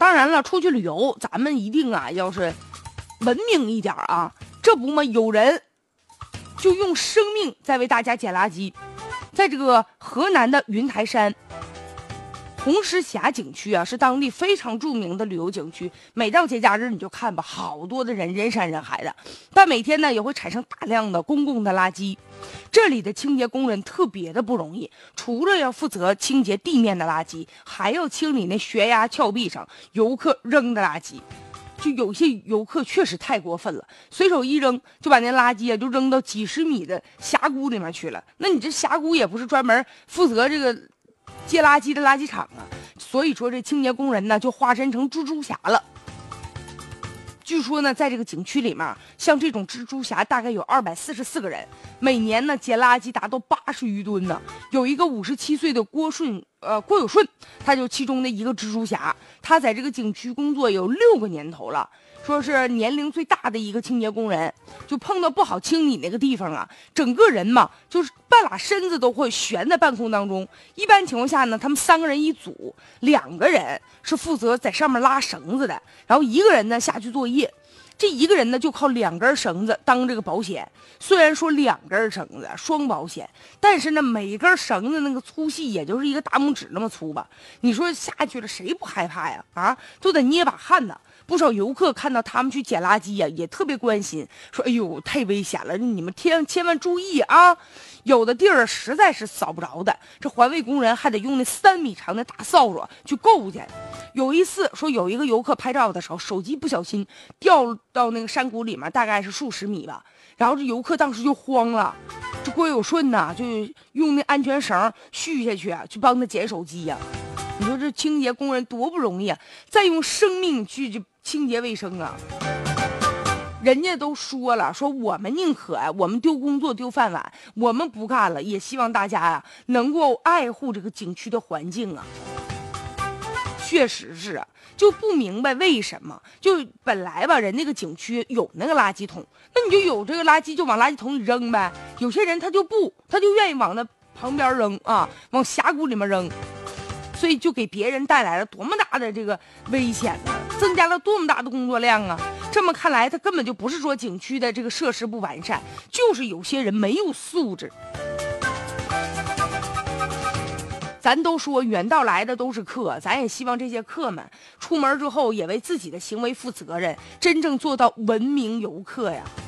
当然了，出去旅游咱们一定啊要是文明一点啊，这不嘛，有人就用生命在为大家捡垃圾。在这个河南的云台山红石峡景区啊，是当地非常著名的旅游景区。每到节假日你就看吧，好多的人，人山人海的。但每天呢也会产生大量的公共的垃圾。这里的清洁工人特别的不容易，除了要负责清洁地面的垃圾，还要清理那悬崖峭壁上游客扔的垃圾。就有些游客确实太过分了，随手一扔就把那垃圾啊就扔到几十米的峡谷里面去了。那你这峡谷也不是专门负责这个接垃圾的垃圾场啊，所以说这清洁工人呢就化身成蜘蛛侠了。据说呢，在这个景区里面，像这种蜘蛛侠大概有244个人，每年呢捡垃圾达到80余吨呢。有一个57岁的郭有顺，他就其中的一个蜘蛛侠，他在这个景区工作有6个年头了。说是年龄最大的一个清洁工人，就碰到不好清理那个地方啊，整个人嘛就是半拉身子都会悬在半空当中。一般情况下呢，他们3个人一组，2个人是负责在上面拉绳子的，然后1个人呢下去作业。这1个人呢就靠2根绳子当这个保险。虽然说2根绳子双保险，但是呢每一根绳子那个粗细也就是一个大拇指那么粗吧。你说下去了谁不害怕呀？啊，都得捏把汗呢。不少游客看到他们去捡垃圾呀，也特别关心，说：“哎呦，太危险了，你们千万注意啊！有的地儿实在是扫不着的，这环卫工人还得用那3米长的大扫帚去够去。”有一次说，有一个游客拍照的时候，手机不小心掉到那个山谷里面，大概是数十米吧。然后这游客当时就慌了，这郭有顺呐，就用那安全绳续下去啊，去帮他捡手机呀。你说这清洁工人多不容易啊，再用生命去清洁卫生啊！人家都说了，说我们宁可我们丢工作丢饭碗，我们不干了，也希望大家呀能够爱护这个景区的环境啊。确实是啊，就不明白为什么，就本来吧，人那个景区有那个垃圾桶，那你就有这个垃圾就往垃圾桶里扔呗。有些人他就愿意往那旁边扔啊，往峡谷里面扔。所以就给别人带来了多么大的这个危险呢？增加了多么大的工作量啊！这么看来，他根本就不是说景区的这个设施不完善，就是有些人没有素质。咱都说远道来的都是客，咱也希望这些客们出门之后也为自己的行为负责任，真正做到文明游客呀。